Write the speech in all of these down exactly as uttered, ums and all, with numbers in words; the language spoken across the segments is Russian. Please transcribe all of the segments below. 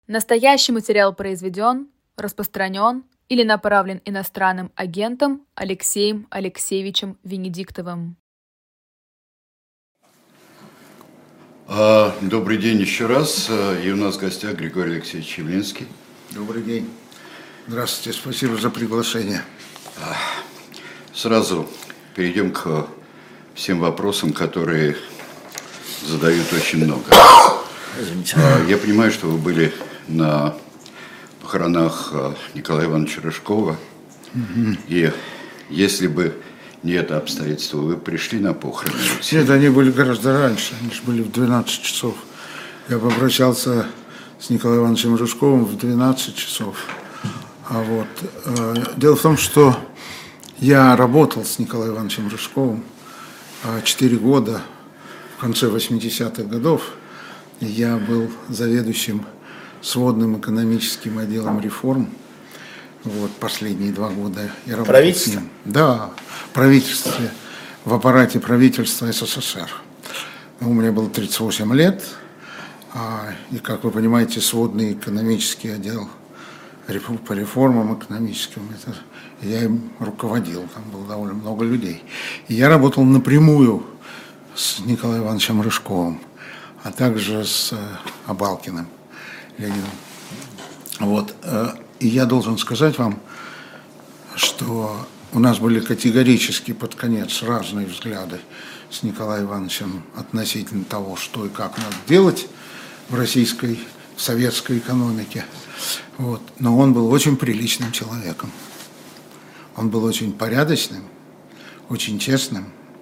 Настоящий материал произведен, распространен или направлен иностранным агентом Алексеем Алексеевичем Венедиктовым. Добрый день еще раз. И у нас в гостях Григорий Алексеевич Явлинский. Добрый день. Здравствуйте, спасибо за приглашение. Сразу перейдем к всем вопросам, которые задают очень много. Извините. Я понимаю, что вы были на похоронах Николая Ивановича Рыжкова. Угу. И если бы не это обстоятельство, вы пришли на похороны? Нет, они были гораздо раньше, они же были в двенадцать часов. Я попрощался с Николаем Ивановичем Рыжковым в двенадцать часов. А вот, э, дело в том, что я работал с Николаем Ивановичем Рыжковым четыре э, года, в конце восьмидесятых годов. Я был заведующим сводным экономическим отделом реформ. Вот, последние два года я работал правительство? с ним. Да, в правительстве, в аппарате правительства СССР. У меня было тридцать восемь лет, а, и, как вы понимаете, сводный экономический отдел по реформам экономическим, это, я им руководил, там было довольно много людей. И я работал напрямую с Николаем Ивановичем Рыжковым, а также с э, Абалкиным Леонидом. Вот. Э, и я должен сказать вам, что у нас были категорически под конец разные взгляды с Николаем Ивановичем относительно того, что и как надо делать в российской, в советской экономике. Вот. Но он был очень приличным человеком. Он был очень порядочным, очень честным.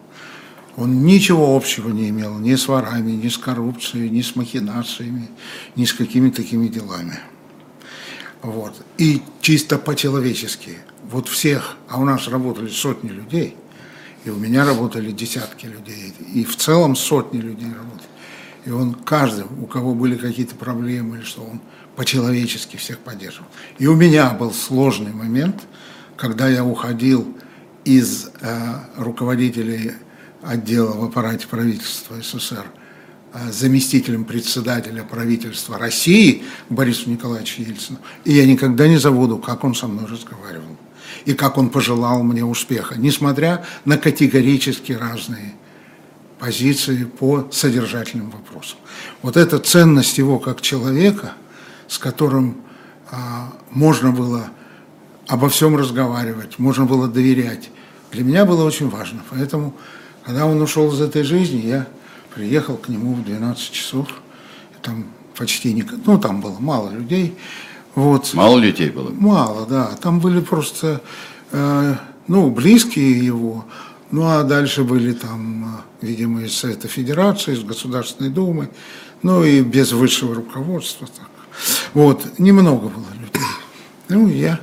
Он ничего общего не имел ни с ворами, ни с коррупцией, ни с махинациями, ни с какими такими делами. Вот. И чисто по-человечески. Вот всех, а у нас работали сотни людей, и у меня работали десятки людей, и в целом сотни людей работали. И он каждый, у кого были какие-то проблемы или что, он по-человечески всех поддерживал. И у меня был сложный момент, когда я уходил из э, руководителей отдела в аппарате правительства СССР э, заместителем председателя правительства России Борису Николаевичу Ельцину. И я никогда не забуду, как он со мной разговаривал. И как он пожелал мне успеха, несмотря на категорически разные позиции по содержательным вопросам. Вот эта ценность его как человека, с которым а, можно было обо всем разговаривать, можно было доверять, для меня было очень важно. Поэтому, когда он ушел из этой жизни, я приехал к нему в двенадцать часов, там почти никого, ну там было мало людей. Вот. Мало людей было? Мало, да. Там были просто, э, ну, близкие его. Ну, а дальше были там, видимо, из Совета Федерации, из Государственной Думы, ну, и без высшего руководства. Так. Вот, немного было людей. Ну, я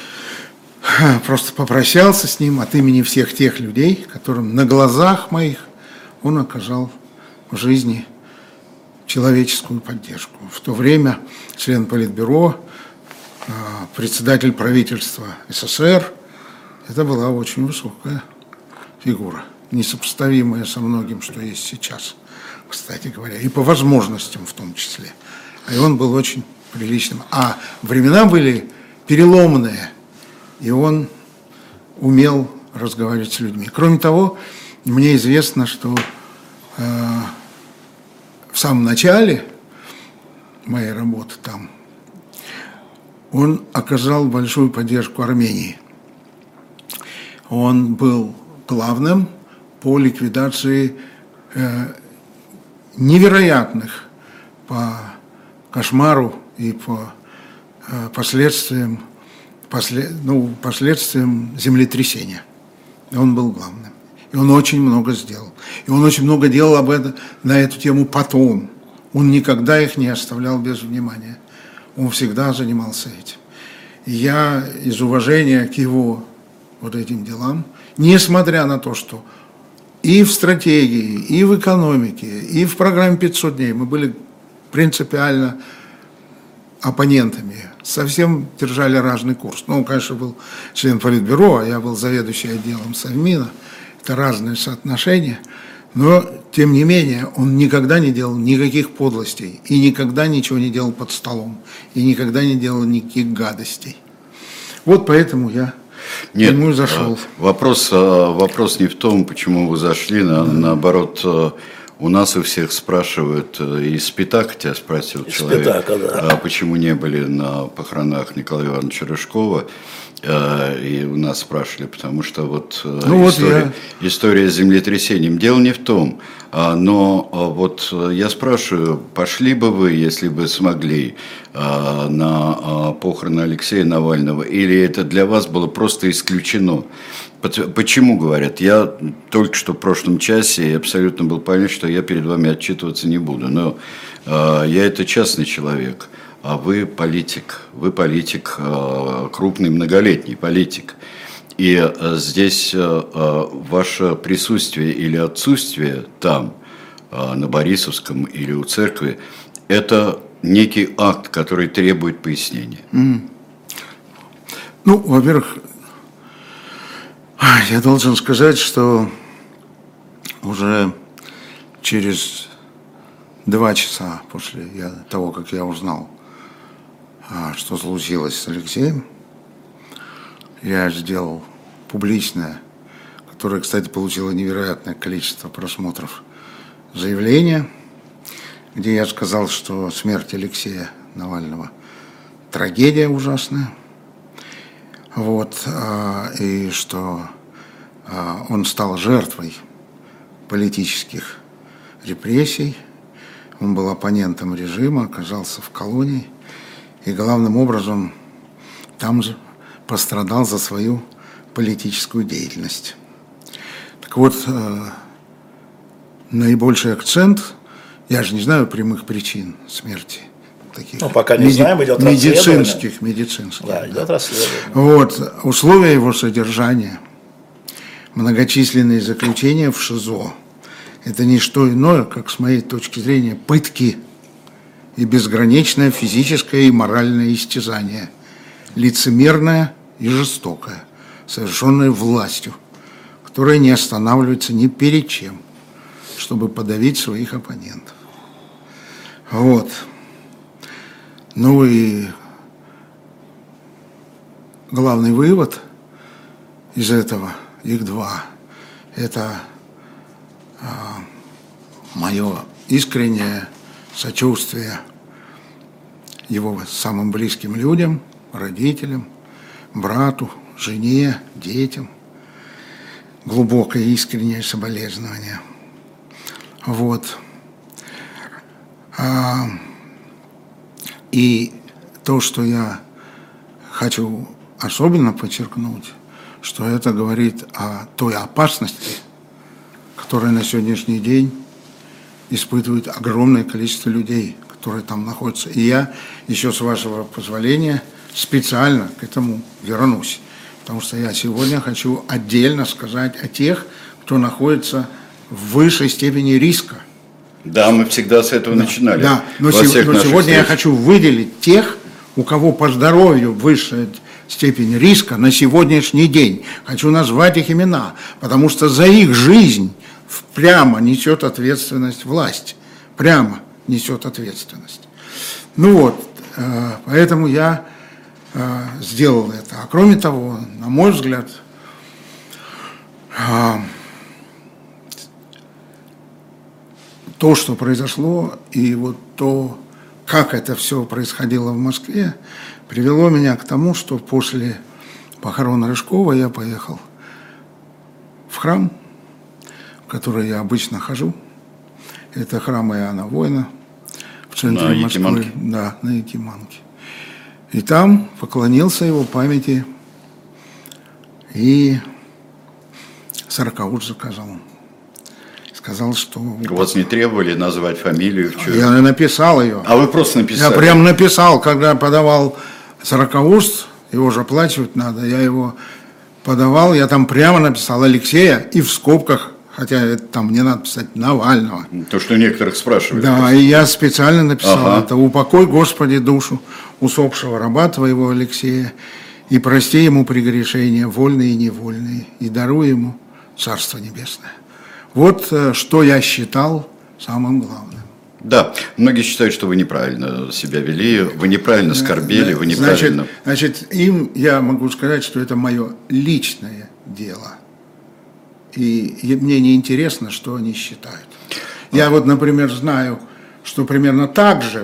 просто попрощался с ним от имени всех тех людей, которым на глазах моих он оказал в жизни человеческую поддержку. В то время член Политбюро, председатель правительства СССР, это была очень высокая фигура, несопоставимая со многим, что есть сейчас, кстати говоря, и по возможностям в том числе. И он был очень приличным. А времена были переломные, и он умел разговаривать с людьми. Кроме того, мне известно, что э, в самом начале моей работы там он оказал большую поддержку Армении. Он был главным по ликвидации э, невероятных по кошмару и по э, последствиям, после, ну, последствиям землетрясения. И он был главным. И он очень много сделал. И он очень много делал об этом, на эту тему потом. Он никогда их не оставлял без внимания. Он всегда занимался этим. И я из уважения к его вот этим делам, несмотря на то, что и в стратегии, и в экономике, и в программе пятьсот дней мы были принципиально оппонентами, совсем держали разный курс. Ну, он, конечно, был член Политбюро, а я был заведующий отделом Совмина, это разные соотношения, Но, тем не менее, он никогда не делал никаких подлостей, и никогда ничего не делал под столом, и никогда не делал никаких гадостей. Вот поэтому я Нет, к нему зашел. Вопрос, вопрос не в том, почему вы зашли, на, да. наоборот, у нас у всех спрашивают, из Спитака тебя спросил из человек, Спитака, да. почему не были на похоронах Николая Ивановича Рыжкова. И у нас спрашивали, потому что вот, ну, история, вот я... история с землетрясением. Дело не в том, но вот я спрашиваю, пошли бы вы, если бы смогли, на похороны Алексея Навального, или это для вас было просто исключено? Почему, говорят? Я только что в прошлом часе абсолютно был понятен, что я перед вами отчитываться не буду, но я это частный человек. А вы политик, вы политик, крупный, многолетний политик. И здесь ваше присутствие или отсутствие там, на Борисовском или у церкви, это некий акт, который требует пояснения. Mm. Ну, во-первых, я должен сказать, что уже через два часа после того, как я узнал, что случилось с Алексеем, я сделал публичное, которое, кстати, получило невероятное количество просмотров, заявление, где я сказал, что смерть Алексея Навального – трагедия ужасная, вот, и что он стал жертвой политических репрессий, он был оппонентом режима, оказался в колонии, и главным образом там же пострадал за свою политическую деятельность. Так вот, э, наибольший акцент, я же не знаю прямых причин смерти таких. Ну, пока не меди- знаем, идет медицинских, медицинских. Да, идет да. расследование. Вот, условия его содержания, многочисленные заключения в ШИЗО, это не что иное, как, с моей точки зрения, пытки и безграничное физическое и моральное истязание, лицемерное и жестокое, совершенное властью, которая не останавливается ни перед чем, чтобы подавить своих оппонентов. Вот. Ну и главный вывод из этого, их два, это а, мое искреннее сочувствие его самым близким людям, родителям, брату, жене, детям, глубокое искреннее соболезнование. Вот. А, и то, что я хочу особенно подчеркнуть, что это говорит о той опасности, которая на сегодняшний день испытывает огромное количество людей, которые там находятся. И я еще, с вашего позволения, специально к этому вернусь. Потому что я сегодня хочу отдельно сказать о тех, кто находится в высшей степени риска. Да, мы всегда с этого да, начинали. Да, но, сего, но сегодня встреч. я хочу выделить тех, у кого по здоровью высшая степень риска на сегодняшний день. Хочу назвать их имена, потому что за их жизнь прямо несет ответственность власть. Прямо несет ответственность. Ну вот, поэтому я сделал это. А кроме того, на мой взгляд, то, что произошло, и вот то, как это все происходило в Москве, привело меня к тому, что после похорон Рыжкова я поехал в храм, в который я обычно хожу. Это храм Иоанна Воина в центре на Москвы. Якиманке. Да, на Якиманке. И там поклонился его памяти и сорокауст заказал. Сказал, что... У вас не требовали назвать фамилию? Я написал ее. А вы просто написали? Я прям написал, когда подавал сорокауст, его же оплачивать надо, я его подавал, я там прямо написал Алексея и в скобках, хотя это там не надо писать, Навального. То, что некоторых спрашивают. Да, просто. И я специально написал ага. это. «Упокой, Господи, душу усопшего раба Твоего Алексея, и прости ему прегрешения, вольные и невольные, и даруй ему Царство Небесное». Вот что я считал самым главным. Да, многие считают, что вы неправильно себя вели, вы неправильно скорбели, вы неправильно... Значит, значит, им я могу сказать, что это мое личное дело. И мне не интересно, что они считают. Я вот, например, знаю, что примерно так же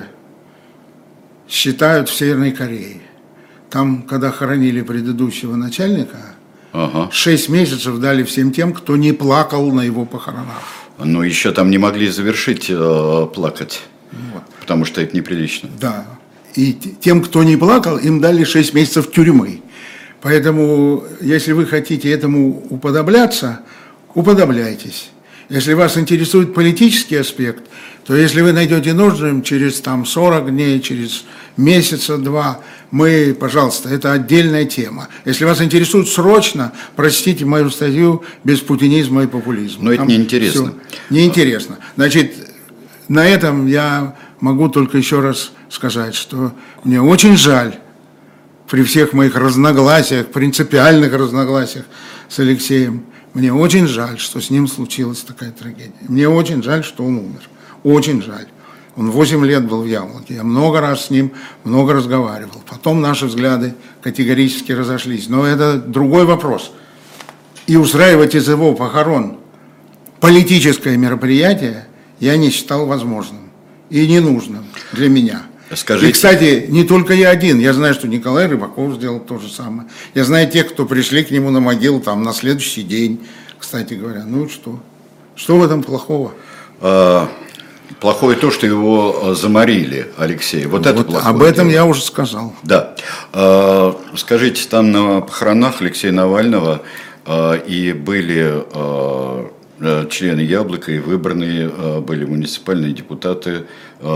считают в Северной Корее. Там, когда хоронили предыдущего начальника, ага. шесть месяцев дали всем тем, кто не плакал на его похоронах. Но еще там не могли завершить э, плакать, вот. Потому что это неприлично. Да. И тем, кто не плакал, им дали шесть месяцев тюрьмы. Поэтому, если вы хотите этому уподобляться, уподобляйтесь. Если вас интересует политический аспект, то если вы найдете нужным через там, сорок дней, через месяца два, мы, пожалуйста, это отдельная тема. Если вас интересует срочно, прочтите мою статью «Без путинизма и популизма». Но это неинтересно. Неинтересно. Значит, на этом я могу только еще раз сказать, что мне очень жаль, при всех моих разногласиях, принципиальных разногласиях с Алексеем, мне очень жаль, что с ним случилась такая трагедия. Мне очень жаль, что он умер. Очень жаль. Он восемь лет был в Яблоке. Я много раз с ним, много разговаривал. Потом наши взгляды категорически разошлись. Но это другой вопрос. И устраивать из его похорон политическое мероприятие я не считал возможным и ненужным для меня. Скажите. И, кстати, не только я один. Я знаю, что Николай Рыбаков сделал то же самое. Я знаю тех, кто пришли к нему на могилу там, на следующий день, кстати говоря. Ну что? Что в этом плохого? А, плохое то, что его заморили, Алексей. Вот, вот это плохое. Об этом дело. Я уже сказал. Да. А, скажите, там на похоронах Алексея Навального а, и были... А, члены Яблока и выбранные были муниципальные депутаты,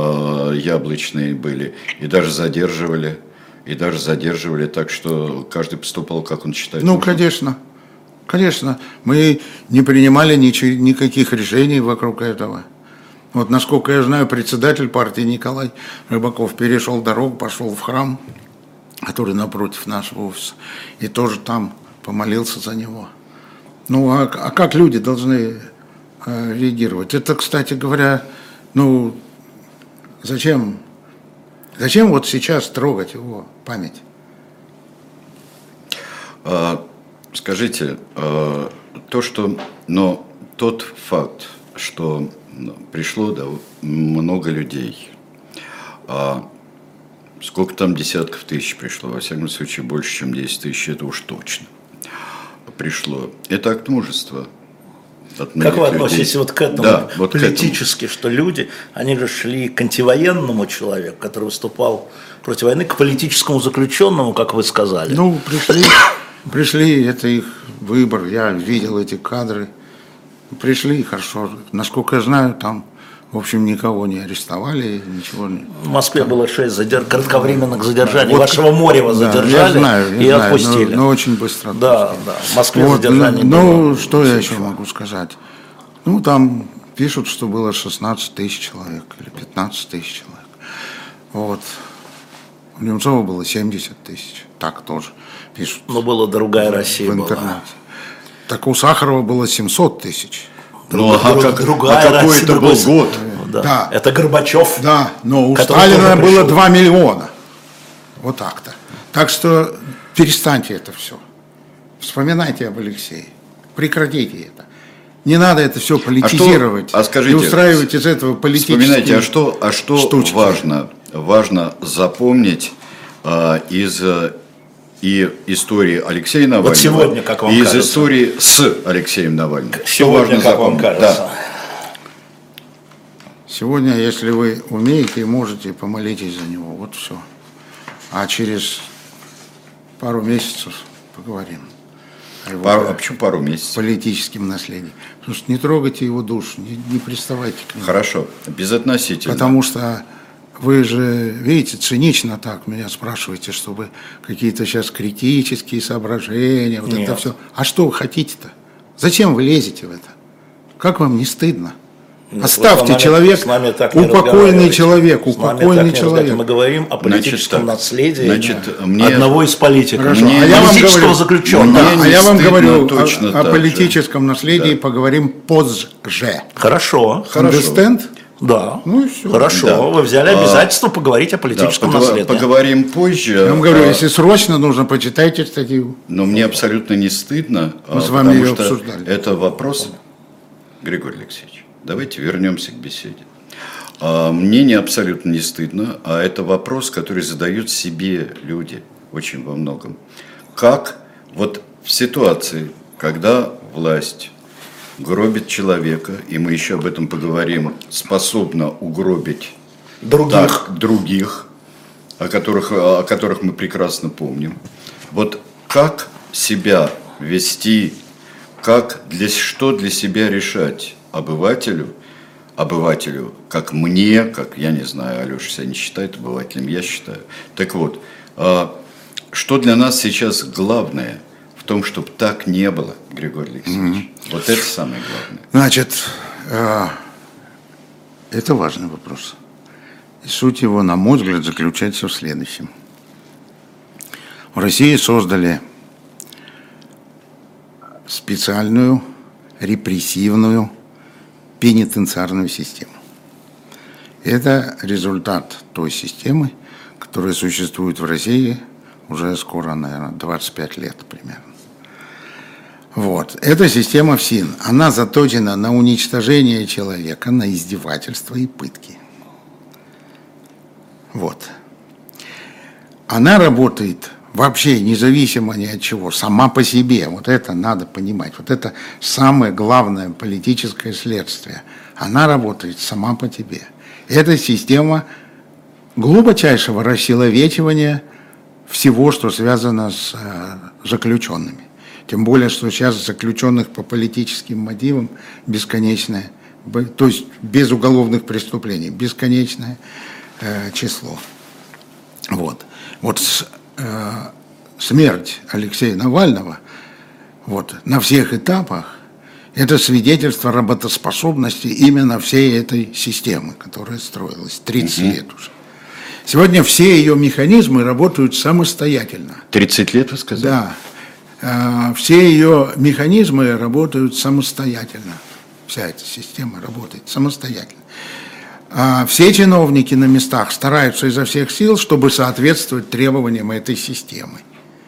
яблочные были, и даже задерживали, и даже задерживали, так что каждый поступал, как он считает. Ну, нужным. конечно, конечно, мы не принимали ничего, никаких решений вокруг этого. Вот, насколько я знаю, председатель партии Николай Рыбаков перешел дорогу, пошел в храм, который напротив нашего офиса, и тоже там помолился за него. Ну, а, а как люди должны э, реагировать? Это, кстати говоря, ну, зачем, зачем вот сейчас трогать его память? А, скажите, а, то, что, но тот факт, что пришло да, много людей, а сколько там десятков тысяч пришло, во всяком случае, больше, чем десять тысяч, это уж точно. Пришло. Это акт мужества. Как вы относитесь вот к этому да, вот политически, к этому. Что люди, они же шли к антивоенному человеку, который выступал против войны, к политическому заключенному, как вы сказали? Ну, пришли, пришли, это их выбор, я видел эти кадры, пришли, хорошо, насколько я знаю, там, в общем, никого не арестовали, ничего не... В Москве было шесть задерж... кратковременных задержаний. Вот, Вашего Морева да, задержали я знаю, я и знаю, отпустили. Но, но очень быстро отпустили. Да, да. В Москве вот, задержание ну, было. Ну, что я еще могу сказать? Ну, там пишут, что было шестнадцать тысяч человек или пятнадцать тысяч человек. Вот. У Немцова было семьдесят тысяч. Так тоже пишут. Но была другая Россия в интернете. Была. Так у Сахарова было семьсот тысяч. Ну, а, друг, как, другая а какой Россия, это был год? Да. Да. Это Горбачев. Да, но у Сталина было два миллиона. Вот так-то. Так что перестаньте это все. Вспоминайте об Алексее. Прекратите это. Не надо это все политизировать. А, что, а скажите, и устраивать из этого политические вспоминайте, а что, а что штучки. важно? Важно запомнить а, из и истории Алексея Навального, вот сегодня, как вам и кажется. из истории с Алексеем Навальным. Сегодня, важно как запомнить? вам кажется. Да. Сегодня, если вы умеете и можете, помолитесь за него. Вот все. А через пару месяцев поговорим. Пару, а почему пару месяцев? Политическим наследием. Потому что не трогайте его душу, не, не приставайте к нему. Хорошо, безотносительно. Потому что вы же, видите, цинично так меня спрашиваете, чтобы какие-то сейчас критические соображения, вот Нет. это все. А что вы хотите-то? Зачем вы лезете в это? Как вам не стыдно? Оставьте нами, человек, упокойный человек, упокойный человек. Мы говорим о политическом значит, наследии значит, мне... одного из политиков, Хорошо. Мне... А я вам говорю, заключенного. Да, а я вам говорю о, о политическом наследии, да. Поговорим позже. Хорошо. Understand? Да. Ну и все. Хорошо. Да. Вы взяли обязательство а, поговорить о политическом да, наследии. Поговорим позже. Я вам говорю, а... если срочно нужно, почитайте статью. Но мне абсолютно не стыдно, мы с вами ее что обсуждали. Это вопрос, Григорий Алексеевич, давайте вернемся к беседе. Мне не абсолютно не стыдно, а это вопрос, который задают себе люди очень во многом. Как вот в ситуации, когда власть гробит человека, и мы еще об этом поговорим, способна угробить других, так, других о, которых, о которых мы прекрасно помним. Вот как себя вести, как для, что для себя решать обывателю, обывателю, как мне, как, я не знаю, Алеша себя не считает обывателем, я считаю. Так вот, что для нас сейчас главное – в том, чтобы так не было, Григорий Алексеевич. Mm-hmm. Вот это самое главное. Значит, э, это важный вопрос. И суть его, на мой взгляд, заключается в следующем. В России создали специальную репрессивную пенитенциарную систему. Это результат той системы, которая существует в России уже скоро, наверное, двадцать пять лет примерно. Вот. Эта система ФСИН, она заточена на уничтожение человека, на издевательства и пытки. Вот. Она работает вообще независимо ни от чего, сама по себе. Вот это надо понимать. Вот это самое главное политическое следствие. Она работает сама по себе. Это система глубочайшего расчеловечивания всего, что связано с э, заключенными. Тем более, что сейчас заключенных по политическим мотивам бесконечное, то есть без уголовных преступлений, бесконечное э, число. Вот, вот э, смерть Алексея Навального вот, на всех этапах – это свидетельство работоспособности именно всей этой системы, которая строилась тридцать mm-hmm. лет уже. Сегодня все ее механизмы работают самостоятельно. тридцать лет, вы сказали? Да. Все ее механизмы работают самостоятельно. Вся эта система работает самостоятельно. Все чиновники на местах стараются изо всех сил, чтобы соответствовать требованиям этой системы.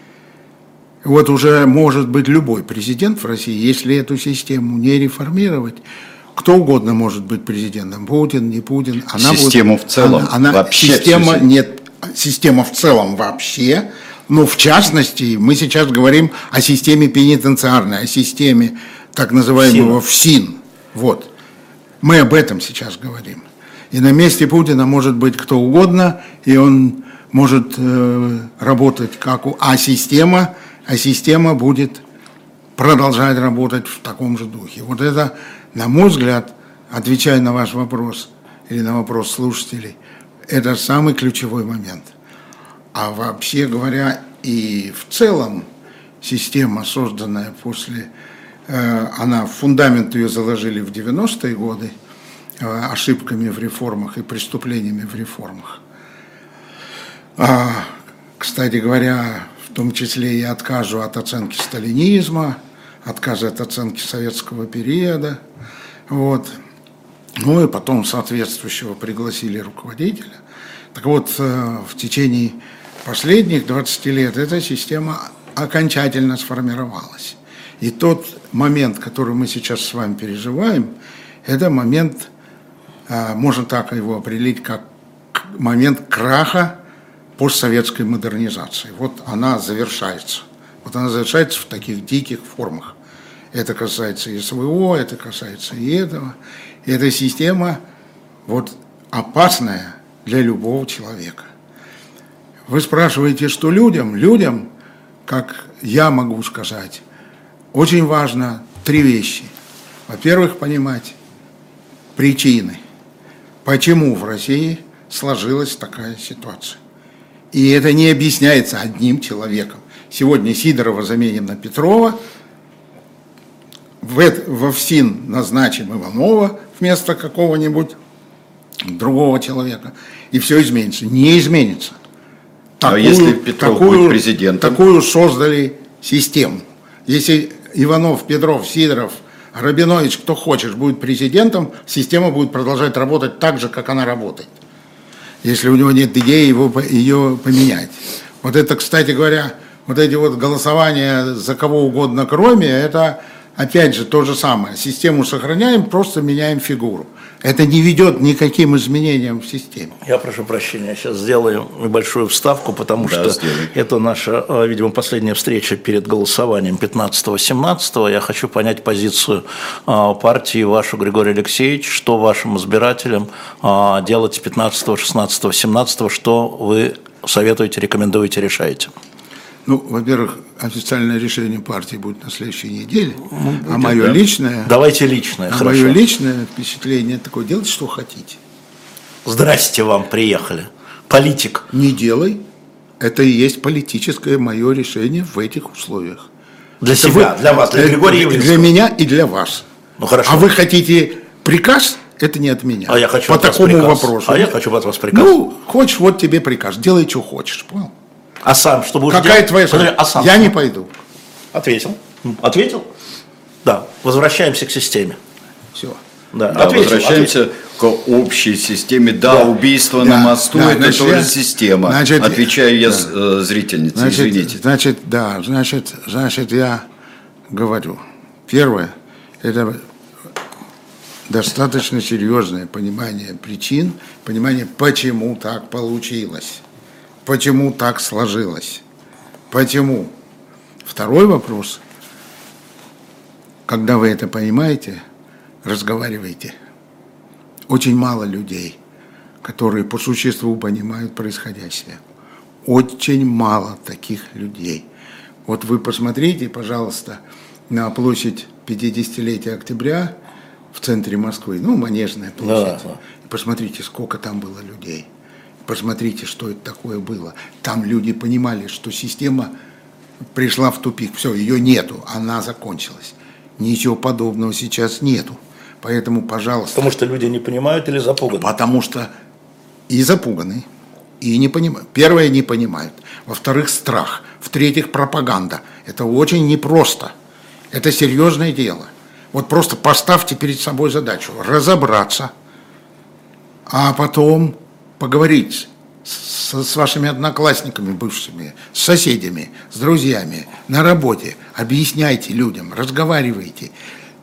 Вот уже может быть любой президент в России, если эту систему не реформировать, кто угодно может быть президентом, Путин, не Путин. Она Систему будет, в целом она, она, вообще? Система, нет, система в целом вообще. Но в частности, мы сейчас говорим о системе пенитенциарной, о системе так называемого ФСИН. Вот. Мы об этом сейчас говорим. И на месте Путина может быть кто угодно, и он может э, работать как у... А система, а система будет продолжать работать в таком же духе. Вот это, на мой взгляд, отвечая на ваш вопрос или на вопрос слушателей, это самый ключевой момент. А вообще говоря, и в целом система, созданная после, э, она, фундамент ее заложили в девяностые годы э, ошибками в реформах и преступлениями в реформах. А, кстати говоря, в том числе и отказу от оценки сталинизма, отказу от оценки советского периода. Вот. Ну и потом соответствующего пригласили руководителя. Так вот, э, в течение последних двадцати лет эта система окончательно сформировалась. И тот момент, который мы сейчас с вами переживаем, это момент, можно так его определить, как момент краха постсоветской модернизации. Вот она завершается. Вот она завершается в таких диких формах. Это касается и СВО, это касается и этого. И эта система вот, опасная для любого человека. Вы спрашиваете, что людям? Людям, как я могу сказать, очень важно три вещи. Во-первых, понимать причины, почему в России сложилась такая ситуация. И это не объясняется одним человеком. Сегодня Сидорова заменим на Петрова, во ФСИН назначим Иванова, вместо какого-нибудь другого человека. И все изменится. Не изменится. Такую, а если Петров такую, будет президентом? Такую создали систему. Если Иванов, Петров, Сидоров, Рабинович, кто хочешь, будет президентом, система будет продолжать работать так же, как она работает. Если у него нет идеи его, ее поменять. Вот это, кстати говоря, вот эти вот голосования за кого угодно, кроме, это опять же то же самое. Систему сохраняем, просто меняем фигуру. Это не ведет к никаким изменениям в системе. Я прошу прощения, сейчас сделаю небольшую вставку, потому да, что сделай. Это наша, видимо, последняя встреча перед голосованием пятнадцатого-семнадцатого. Я хочу понять позицию партии вашу, Григорий Алексеевич, что вашим избирателям делать пятнадцатого, шестнадцатого, семнадцатого, что вы советуете, рекомендуете, решаете? Ну, во-первых, официальное решение партии будет на следующей неделе, ну, будет, а мое да. личное... Давайте личное, а хорошо. Мое личное впечатление такое, делайте, что хотите. Здрасте вам, приехали. Политик. Не делай. Это и есть политическое мое решение в этих условиях. Для это себя, вы, для вас, для Григория Явлинского. Для меня и для вас. Ну, хорошо. А вы хотите приказ? Это не от меня. А я хочу По от вас такому приказ. вопросу. А я хочу от вас приказ. Ну, хочешь, вот тебе приказ. Делай, что хочешь. Понял? А сам, что будешь Какая делать? твоя Подожди, а сам? Я не пойду. Ответил. Ответил? Да. Возвращаемся к системе. Все. Да. Да, ответил, возвращаемся ответил. К общей системе. Да, да. убийство да. на мосту да. – это значит, тоже я, система. Значит, Отвечаю я да. зрительнице, значит, извините. Значит, да, значит, значит, я говорю. Первое – это достаточно серьезное понимание причин, понимание, почему так получилось. Почему так сложилось? Почему? Второй вопрос. Когда вы это понимаете, разговаривайте. Очень мало людей, которые по существу понимают происходящее. Очень мало таких людей. Вот вы посмотрите, пожалуйста, на площадь пятидесятилетия октября в центре Москвы, ну, Манежная площадь, да, да. И посмотрите, сколько там было людей. Посмотрите, что это такое было. Там люди понимали, что система пришла в тупик. Все, ее нету, она закончилась. Ничего подобного сейчас нету. Поэтому, пожалуйста... Потому что люди не понимают или запуганы? Потому что и запуганы, и не понимают. Первое, не понимают. Во-вторых, страх. В-третьих, пропаганда. Это очень непросто. Это серьезное дело. Вот просто поставьте перед собой задачу разобраться, а потом... поговорить с, с вашими одноклассниками бывшими, с соседями, с друзьями, на работе. Объясняйте людям, разговаривайте.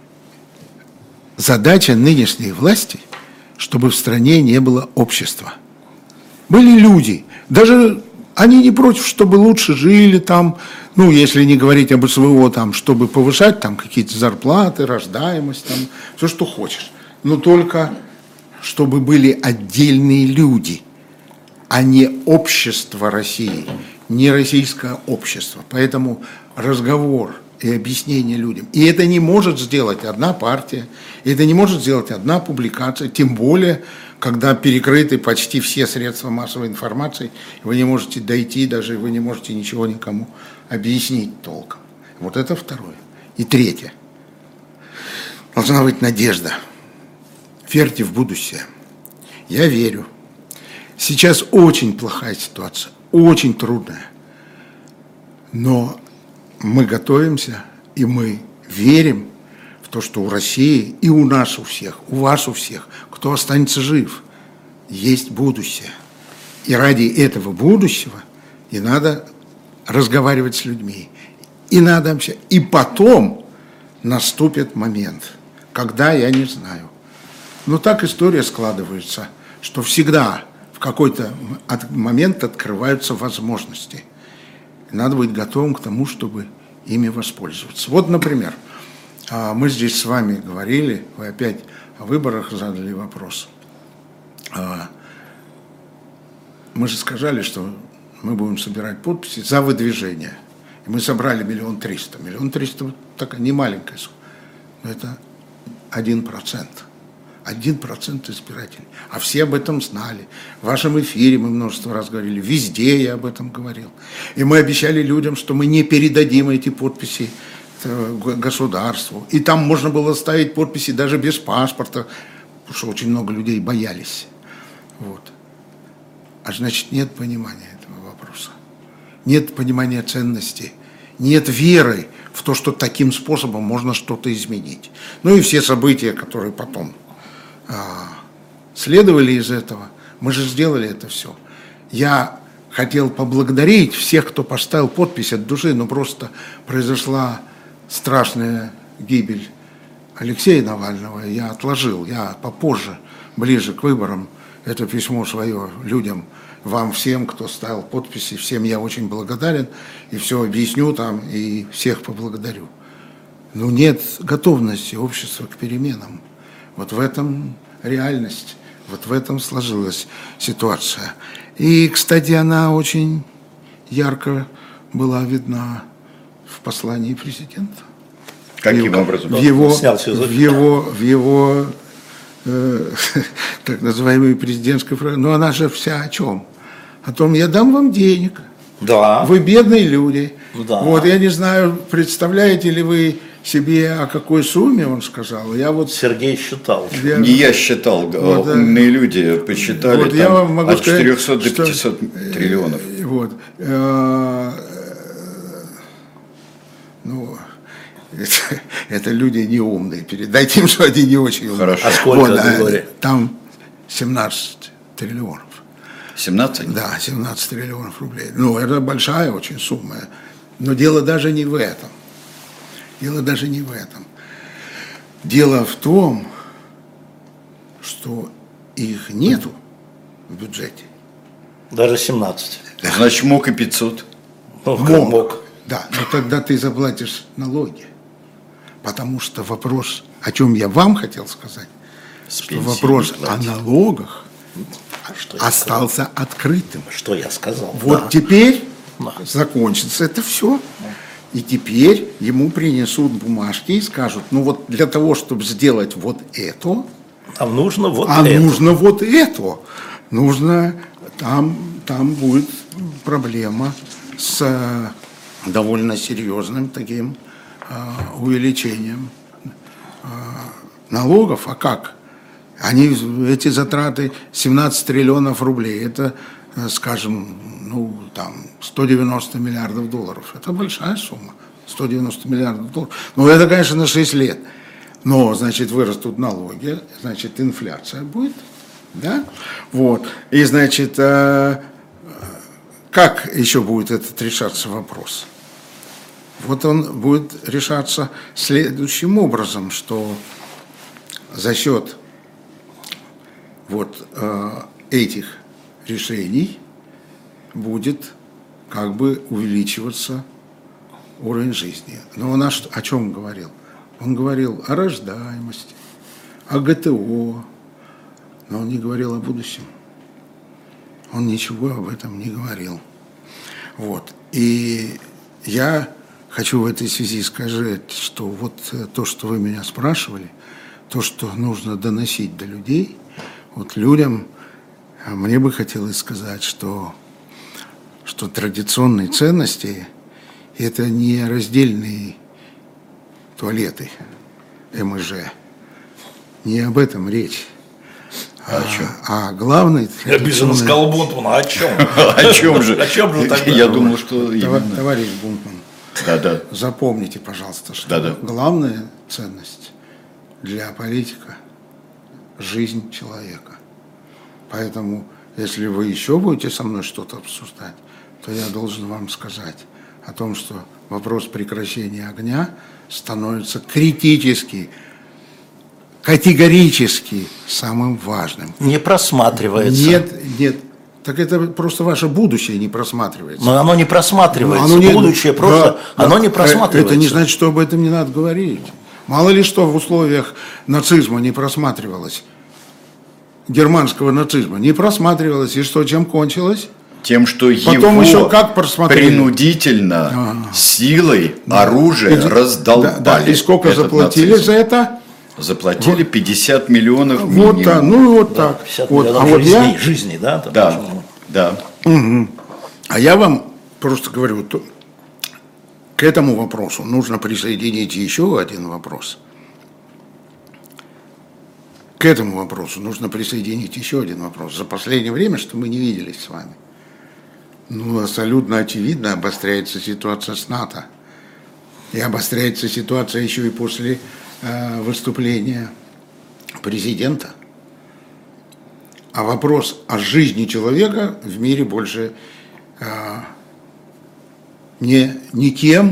Задача нынешней власти, чтобы в стране не было общества. Были люди, даже они не против, чтобы лучше жили там, ну, если не говорить об СВО, там, чтобы повышать там какие-то зарплаты, рождаемость, там, все, что хочешь. Но только... чтобы были отдельные люди, а не общество России, не российское общество. Поэтому разговор и объяснение людям. И это не может сделать одна партия, это не может сделать одна публикация, тем более, когда перекрыты почти все средства массовой информации, вы не можете дойти, даже вы не можете ничего никому объяснить толком. Вот это второе. И третье. Должна быть надежда. Верьте в будущее. Я верю. Сейчас очень плохая ситуация, очень трудная. Но мы готовимся, и мы верим в то, что у России и у нас у всех, у вас у всех, кто останется жив, есть будущее. И ради этого будущего и надо разговаривать с людьми. И надо общаться. И потом наступит момент, когда, я не знаю. Но так история складывается, что всегда в какой-то момент открываются возможности. И надо быть готовым к тому, чтобы ими воспользоваться. Вот, например, мы здесь с вами говорили, вы опять о выборах задали вопрос. Мы же сказали, что мы будем собирать подписи за выдвижение. И мы собрали миллион триста. Миллион триста – такая немаленькая сумма. Но это один процент. Один процент избирателей. А все об этом знали. В вашем эфире мы множество раз говорили. Везде я об этом говорил. И мы обещали людям, что мы не передадим эти подписи государству. И там можно было ставить подписи даже без паспорта. потому что очень много людей боялись. Вот. А значит, нет понимания этого вопроса. Нет понимания ценностей. Нет веры в то, что таким способом можно что-то изменить. Ну и все события, которые потом а, следовали из этого, мы же сделали это все. Я хотел поблагодарить всех, кто поставил подпись от души, но просто произошла страшная гибель Алексея Навального. Я отложил, я попозже, ближе к выборам, это письмо свое людям, вам всем, кто ставил подписи, всем я очень благодарен, и все объясню там, и всех поблагодарю. Но нет готовности общества к переменам. Вот в этом реальность, вот в этом сложилась ситуация. И, кстати, она очень ярко была видна в послании президента. Каким в, образом? В его, в его, в его э, так называемой президентской программе. Но она же вся о чем? О том, я дам вам денег. Да. Вы бедные люди. Да. Вот, я не знаю, представляете ли вы себе, о какой сумме он сказал. Я вот, Сергей считал. Я, не я считал, вот, умные люди посчитали вот, я вам могу от сказать, четырехсот до что, пятисот триллионов. Вот. Э, ну, это, это люди неумные. Передайте им, что они не очень умные. Хорошо. А сколько, вот, Григорий? Там семнадцать триллионов. семнадцать? Да, семнадцать триллионов рублей. Ну, это большая очень сумма. Но дело даже не в этом. Дело даже не в этом. Дело в том, что их нету в бюджете. Даже семнадцать. Значит, мог и пятьсот. Ну, Мог. мог. Да, но тогда ты заплатишь налоги. Потому что вопрос, о чем я вам хотел сказать, С что вопрос о налогах А что я остался сказал? открытым. Что я сказал? Вот Да. теперь Да. закончится это все. И теперь ему принесут бумажки и скажут, ну вот для того, чтобы сделать вот это, Нам нужно вот а это. нужно вот это, нужно, там, там будет проблема с э, довольно серьезным таким э, увеличением э, налогов. А как? Они, эти затраты семнадцать триллионов рублей, это, э, скажем, ну, там, сто девяносто миллиардов долларов. Это большая сумма, сто девяносто миллиардов долларов. Ну, это, конечно, на шесть лет. Но, значит, вырастут налоги, значит, инфляция будет, да? Вот. И, значит, э, как еще будет этот решаться вопрос? Вот он будет решаться следующим образом, что за счет вот э, этих решений будет как бы увеличиваться уровень жизни. Но он о, о чем говорил? Он говорил о рождаемости, о ГТО, но он не говорил о будущем. Он ничего об этом не говорил. Вот. И я хочу в этой связи сказать, что вот то, что вы меня спрашивали, то, что нужно доносить до людей, вот людям, мне бы хотелось сказать, что что традиционные ценности – это не раздельные туалеты эм и жэ. Не об этом речь. А, а о чем? А главный… Я обиженно сказал Бунтман, а о чем? О чем же? О чем же тогда? Я думал, что именно… Товарищ Бунтман, Да-да. запомните, пожалуйста, что Да-да. главная ценность для политика – жизнь человека. Поэтому, если вы еще будете со мной что-то обсуждать, то я должен вам сказать о том, что вопрос прекращения огня становится критически, категорически самым важным. Не просматривается. Нет, нет. Так это просто ваше будущее не просматривается. Но оно не просматривается. Ну, оно не- Будущее просто, да, оно да. не просматривается. Это не значит, что об этом не надо говорить. Мало ли что в условиях нацизма не просматривалось. Германского нацизма не просматривалось. И что, чем кончилось? Тем, что Потом его еще как просмотрели. принудительно, Ага. силой, оружие И- раздолбали. Да, да. И сколько этот заплатили нацизм. за это? Заплатили пятьдесят миллионов Вот минимум. так, ну и вот так. пятьдесят Вот. миллионов А вот жизней, я, жизней, да? там Да, почему? да. а я вам просто говорю, то, к этому вопросу нужно присоединить еще один вопрос. к этому вопросу нужно присоединить еще один вопрос. За последнее время, что мы не виделись с вами, ну, абсолютно очевидно обостряется ситуация с НАТО. И обостряется ситуация еще и после э, выступления президента. А вопрос о жизни человека в мире больше э, не, никем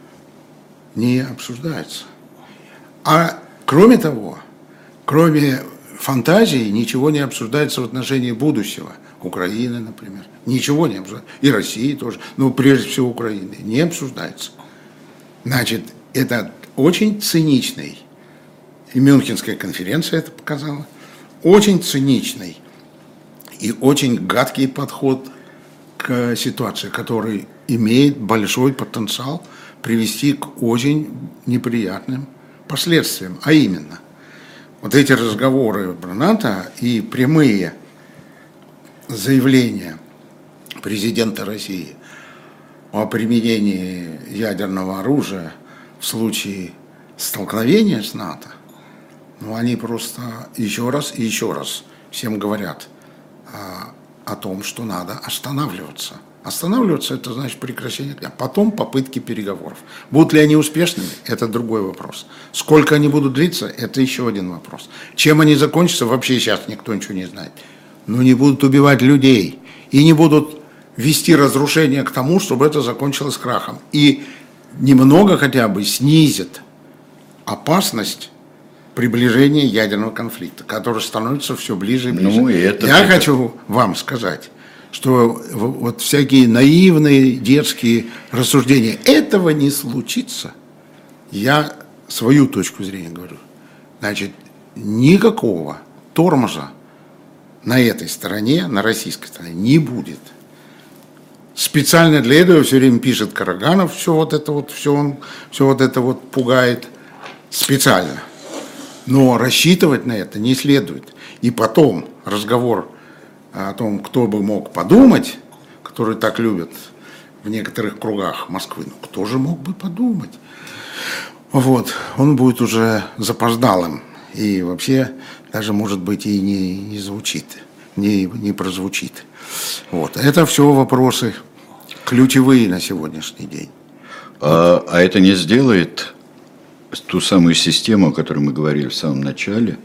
не обсуждается. А кроме того, кроме фантазии, ничего не обсуждается в отношении будущего. Украины, например. Ничего не обсуждается. И России тоже. Но прежде всего Украины. Не обсуждается. Значит, это очень циничный, и Мюнхенская конференция это показала, очень циничный и очень гадкий подход к ситуации, который имеет большой потенциал привести к очень неприятным последствиям. А именно, вот эти разговоры про НАТО и прямые заявления президента России о применении ядерного оружия в случае столкновения с НАТО, ну, они просто еще раз и еще раз всем говорят а, о том, что надо останавливаться. Останавливаться – это значит прекращение, а потом попытки переговоров. Будут ли они успешными – это другой вопрос. Сколько они будут длиться – это еще один вопрос. Чем они закончатся, вообще сейчас никто ничего не знает. Но не будут убивать людей и не будут вести разрушение к тому, чтобы это закончилось крахом. И немного хотя бы снизит опасность приближения ядерного конфликта, который становится все ближе и ближе. Ну, и это Я это... хочу вам сказать, что вот всякие наивные детские рассуждения, этого не случится. Я свою точку зрения говорю. Значит, никакого тормоза на этой стороне, на российской стороне, не будет. Специально для этого все время пишет Караганов, все вот это вот, все он, все вот это вот пугает специально. Но рассчитывать на это не следует. И потом разговор о том, кто бы мог подумать, который так любят в некоторых кругах Москвы, ну кто же мог бы подумать? Вот, он будет уже запоздалым. И вообще даже, может быть, и не, не звучит, не, не прозвучит. Вот. Это все вопросы ключевые на сегодняшний день. А, а это не сделает ту самую систему, о которой мы говорили в самом начале?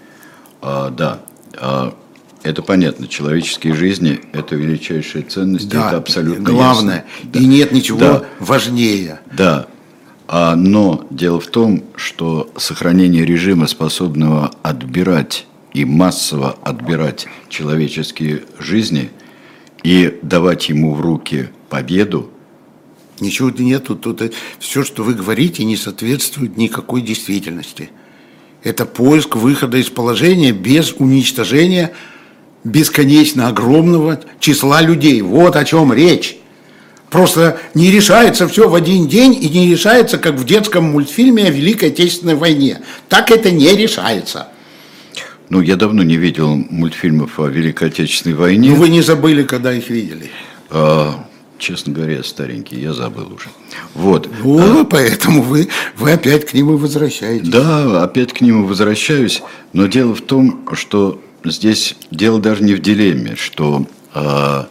А, да, а, это понятно. Человеческие жизни – это величайшая ценность, да, это абсолютно главное. Ясно. И да. Нет ничего да. важнее. Да. А, но дело в том, что сохранение режима, способного отбирать и массово отбирать человеческие жизни и давать ему в руки победу. Ничего нету. Тут все, что вы говорите, не соответствует никакой действительности. Это поиск выхода из положения без уничтожения бесконечно огромного числа людей. Вот о чем речь. Просто не решается все в один день и не решается, как в детском мультфильме о Великой Отечественной войне. Так это не решается. Ну, я давно не видел мультфильмов о Великой Отечественной войне. Ну, вы не забыли, когда их видели? А, честно говоря, старенький, я забыл уже. Вот. Ну, а, поэтому вы, вы опять к нему возвращаетесь. Да, опять к нему возвращаюсь. Но дело в том, что здесь дело даже не в дилемме, что а,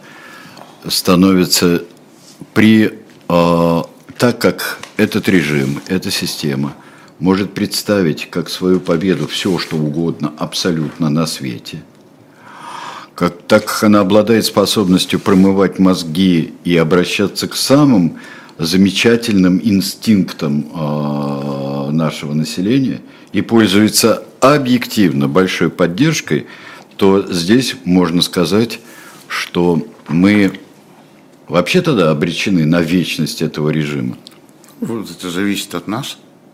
становится при... А, так как этот режим, эта система может представить как свою победу все, что угодно, абсолютно на свете, как, так как она обладает способностью промывать мозги и обращаться к самым замечательным инстинктам э, нашего населения и пользуется объективно большой поддержкой, то здесь можно сказать, что мы вообще тогда обречены на вечность этого режима. Вот это зависит от нас.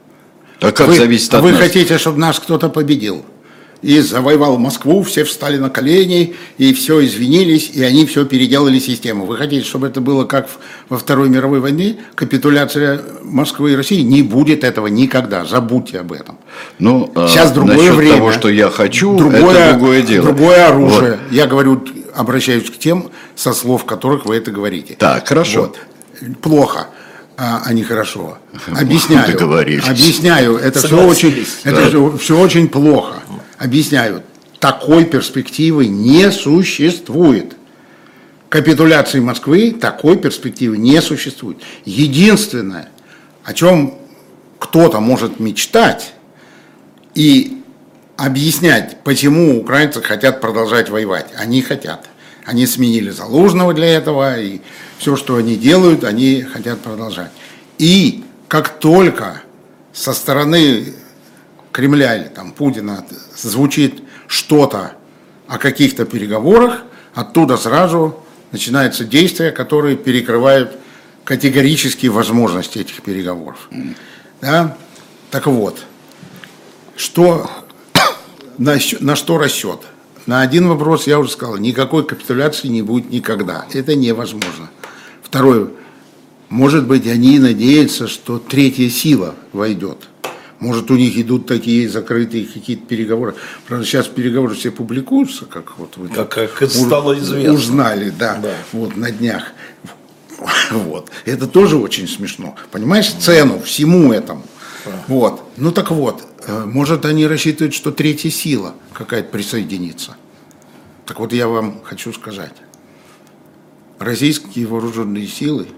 А как вы, зависит от вы нас? Вы хотите, чтобы нас кто-то победил? И завоевал Москву, все встали на колени, и все извинились, и они все переделали систему. Вы хотите, чтобы это было как во Второй мировой войне, капитуляция Москвы и России? Не будет этого никогда, забудьте об этом. Ну, сейчас другое время. Того, что я хочу, другое, это другое дело. Другое оружие. Вот. Я говорю, обращаюсь к тем, со слов которых вы это говорите. Так, хорошо. Вот. Плохо. а, а не хорошо. Объясняю. Договорились. Объясняю. Это, все очень, это да. все очень плохо. Объясняю. Такой перспективы не существует. Капитуляции Москвы такой перспективы не существует. Единственное, о чем кто-то может мечтать и объяснять, почему украинцы хотят продолжать воевать. Они хотят. Они сменили Залужного для этого, и все, что они делают, они хотят продолжать. И как только со стороны Кремля или там, Путина звучит что-то о каких-то переговорах, оттуда сразу начинаются действия, которые перекрывают категорические возможности этих переговоров. Да? Так вот, что, на, на что расчет? На один вопрос я уже сказал, никакой капитуляции не будет никогда. Это невозможно. Второе, может быть, они надеются, что третья сила войдет. Может, у них идут такие закрытые какие-то переговоры. Правда, сейчас переговоры все публикуются, как вот вы как, как это стало известно. Узнали, да, да, вот на днях. Вот. Это тоже очень смешно. Понимаешь, цену всему этому. Да. Вот. Ну так вот, может, они рассчитывают, что третья сила какая-то присоединится. Так вот, я вам хочу сказать. Российские вооруженные силы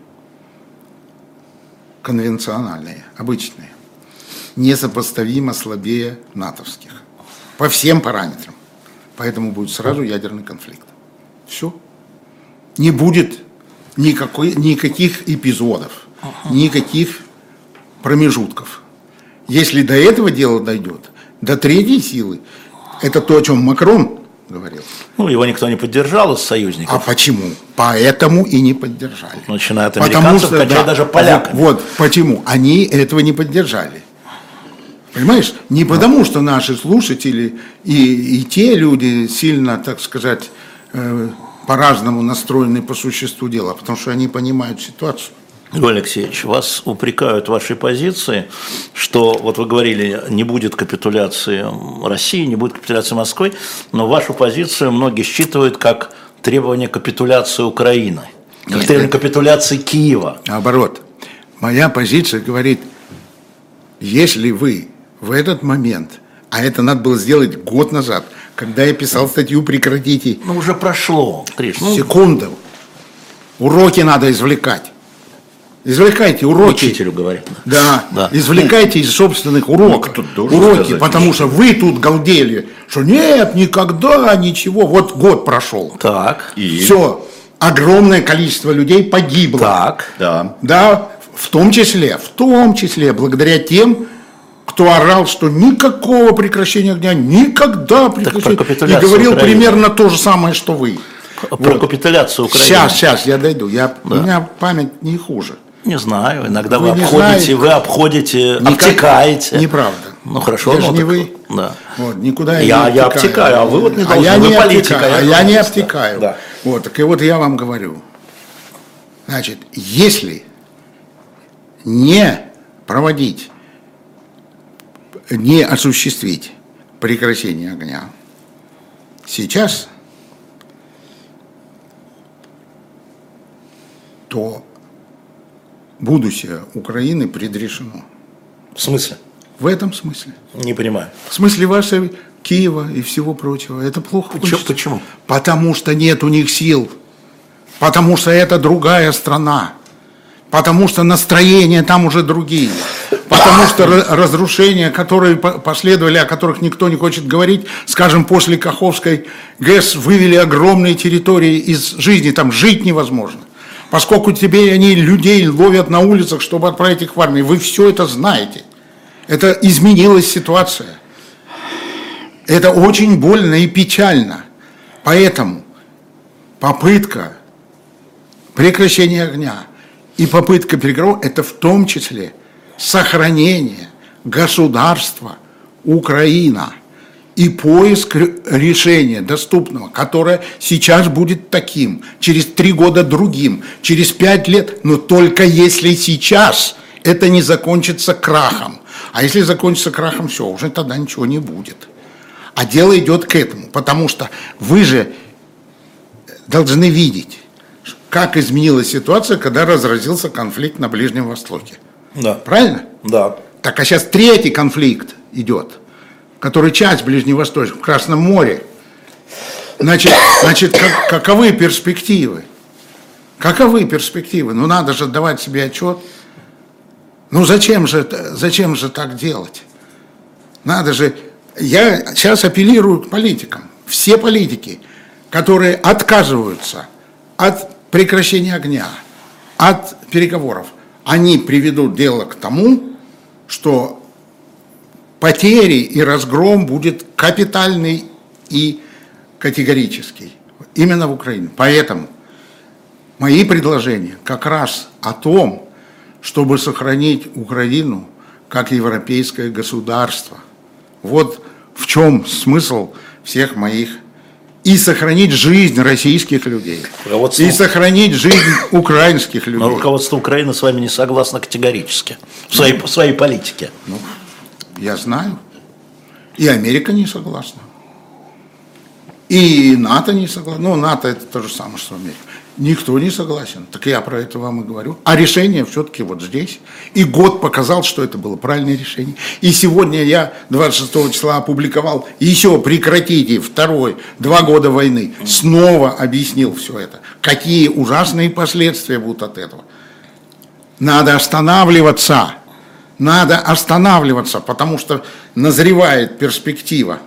конвенциональные, обычные, несопоставимо слабее натовских. По всем параметрам. Поэтому будет сразу ядерный конфликт. Все. Не будет никакой, никаких эпизодов, никаких промежутков. Если до этого дела дойдет, до третьей силы, это то, о чем Макрон говорил. Ну, его никто не поддержал из союзников. А почему? Поэтому и не поддержали. Начиная от американцев, кончая да, даже поляками. Вот, вот почему. Они этого не поддержали. Понимаешь? Не да. потому, что наши слушатели и, и те люди сильно, так сказать, э, по-разному настроены по существу дела, а потому что они понимают ситуацию. Григорий Алексеевич, вас упрекают в вашей позиции, что, вот вы говорили, не будет капитуляции России, не будет капитуляции Москвы, но вашу позицию многие считывают как требование капитуляции Украины, как Нет, требование это... капитуляции Киева. Наоборот, моя позиция говорит, если вы в этот момент, а это надо было сделать год назад, когда я писал статью «Прекратите». Ну, уже прошло, Гриш. Ну... Секунду. Уроки надо извлекать. Извлекайте уроки. Учителю говорят. Да, да. Извлекайте из собственных уроков. Уроки, потому что вы тут галдели, что нет, никогда, ничего. Вот год прошел. Так. И? Все. Огромное количество людей погибло. Так. Да. Да, в том числе, в том числе, благодаря тем, кто орал, что никакого прекращения огня, никогда прекращения. И говорил Украины. Примерно то же самое, что вы. Про вот. Капитуляцию Украины. Сейчас, сейчас, я дойду. Я, да. У меня память не хуже. Не знаю, иногда вы, вы обходите, вы обходите, Никак... обтекаете. Неправда. Ну хорошо, я ну, же не так... вы. Да. Вот, никуда я, я не я обтекаю. обтекаю, а вы вот не должны, а я вы не политика. Обтекаю, а я не обтекаю. Да. Вот, так и вот я вам говорю. Значит, если не проводить, не осуществить прекращение огня сейчас, то будущее Украины предрешено. В смысле? В этом смысле. Не понимаю. В смысле вашей Киева и всего прочего. Это плохо. Почему? Почему? Потому что нет у них сил. Потому что это другая страна. Потому что настроения там уже другие. Потому что разрушения, которые последовали, о которых никто не хочет говорить, скажем, после Каховской ГЭС вывели огромные территории из жизни. Там жить невозможно. Поскольку теперь они людей ловят на улицах, чтобы отправить их в армию. Вы все это знаете. Это изменилась ситуация. Это очень больно и печально. Поэтому попытка прекращения огня и попытка переговоров – это в том числе сохранение государства Украина и поиск решения доступного, которое сейчас будет таким, через три года другим, через пять лет, но только если сейчас это не закончится крахом. А если закончится крахом, все, уже тогда ничего не будет. А дело идет к этому, потому что вы же должны видеть, как изменилась ситуация, когда разразился конфликт на Ближнем Востоке. Да. Правильно? Да. Так, а сейчас третий конфликт идет, который часть Ближневосточного, в Красном море. Значит, значит как, каковы перспективы? Каковы перспективы? Ну, надо же давать себе отчет. Ну, зачем же, зачем же так делать? Надо же... Я сейчас апеллирую к политикам. Все политики, которые отказываются от прекращения огня, от переговоров, они приведут дело к тому, что потери и разгром будет капитальный и категорический. Именно в Украине. Поэтому мои предложения как раз о том, чтобы сохранить Украину как европейское государство. Вот в чем смысл всех моих. И сохранить жизнь российских людей. Руководство... И сохранить жизнь украинских людей. Но руководство Украины с вами не согласно категорически. В своей, в своей политике. Ну, я знаю. И Америка не согласна. И НАТО не согласна. Ну, НАТО это то же самое, что Америка. Никто не согласен. Так я про это вам и говорю. А решение все-таки вот здесь. И год показал, что это было правильное решение. И сегодня я двадцать шестого числа опубликовал еще прекратите второй, два года войны. Снова объяснил все это. Какие ужасные последствия будут от этого. Надо останавливаться. Надо останавливаться, потому что назревает перспектива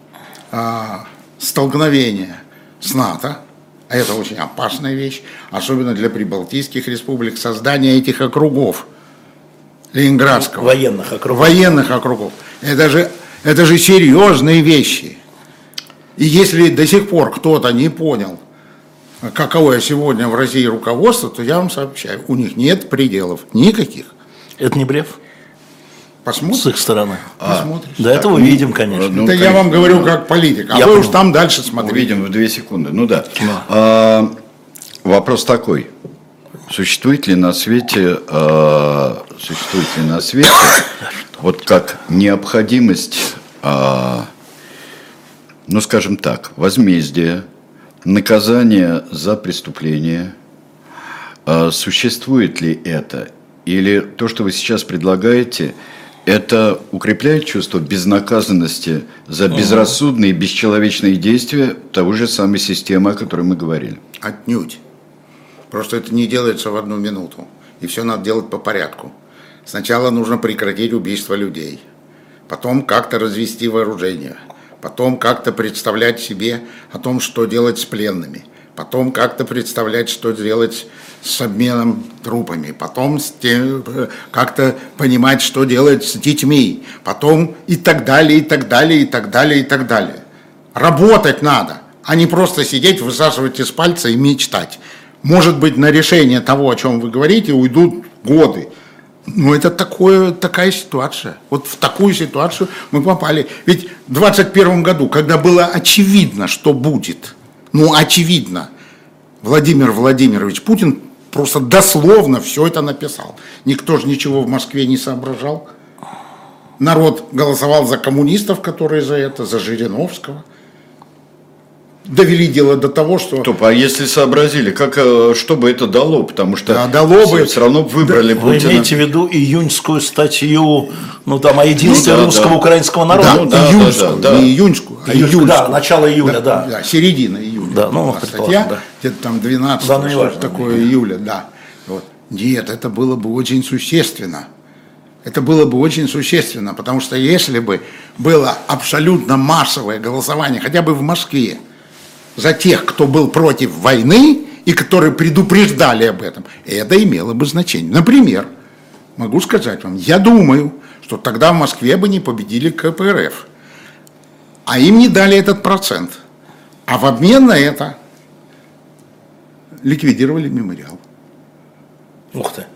а, столкновения с НАТО. А это очень опасная вещь, особенно для прибалтийских республик, создание этих округов, Ленинградского. Военных округов. Военных округов. Это же, это же серьезные вещи. И если до сих пор кто-то не понял, какое сегодня в России руководство, то я вам сообщаю, у них нет пределов никаких. Это не блеф? Посмотрим. С их стороны. А, до этого ну, видим, конечно. Ну, это я вам говорю как политик, а я вы понял. уж там дальше смотрите. Увидим в две секунды. Ну да. А, вопрос такой. Существует ли на свете, а, существует ли на свете вот как необходимость, а, ну скажем так, возмездия, наказания за преступление? А, существует ли это? Или то, что вы сейчас предлагаете, это укрепляет чувство безнаказанности за безрассудные и бесчеловечные действия того же самой системы, о которой мы говорили? Отнюдь. Просто это не делается в одну минуту. И все надо делать по порядку. Сначала нужно прекратить убийство людей. Потом как-то развести вооружение. Потом как-то представлять себе о том, что делать с пленными. Потом как-то представлять, что делать с обменом трупами. Потом как-то понимать, что делать с детьми. Потом и так далее, и так далее, и так далее, и так далее. Работать надо, а не просто сидеть, высасывать из пальца и мечтать. Может быть, на решение того, о чем вы говорите, уйдут годы. Но это такое, такая ситуация. Вот в такую ситуацию мы попали. Ведь в двадцать первом году, когда было очевидно, что будет, ну, очевидно, Владимир Владимирович Путин просто дословно все это написал. Никто же ничего в Москве не соображал. Народ голосовал за коммунистов, которые за это, за Жириновского. Довели дело до того, что... Стоп, а если сообразили, как, что бы это дало? Потому что да, дало бы... все равно выбрали да, Путина. Вы имеете в виду июньскую статью, ну там о единстве ну, да, русского да. украинского народа? Да, Ну, да, июньскую, да, да, не июньскую, а Июль, июльскую. да, начало июля, да. да. да середина июля. Да, ну, а предположим, статья, да. где-то там двенадцатого, Да, ну, что важно, такое да. июля, да. Вот. Нет, это было бы очень существенно. Это было бы очень существенно, потому что если бы было абсолютно массовое голосование, хотя бы в Москве, за тех, кто был против войны и которые предупреждали об этом, это имело бы значение. Например, могу сказать вам, я думаю, что тогда в Москве бы не победили ка пэ эр эф, а им не дали этот процент. А в обмен на это ликвидировали мемориал. Ух ты.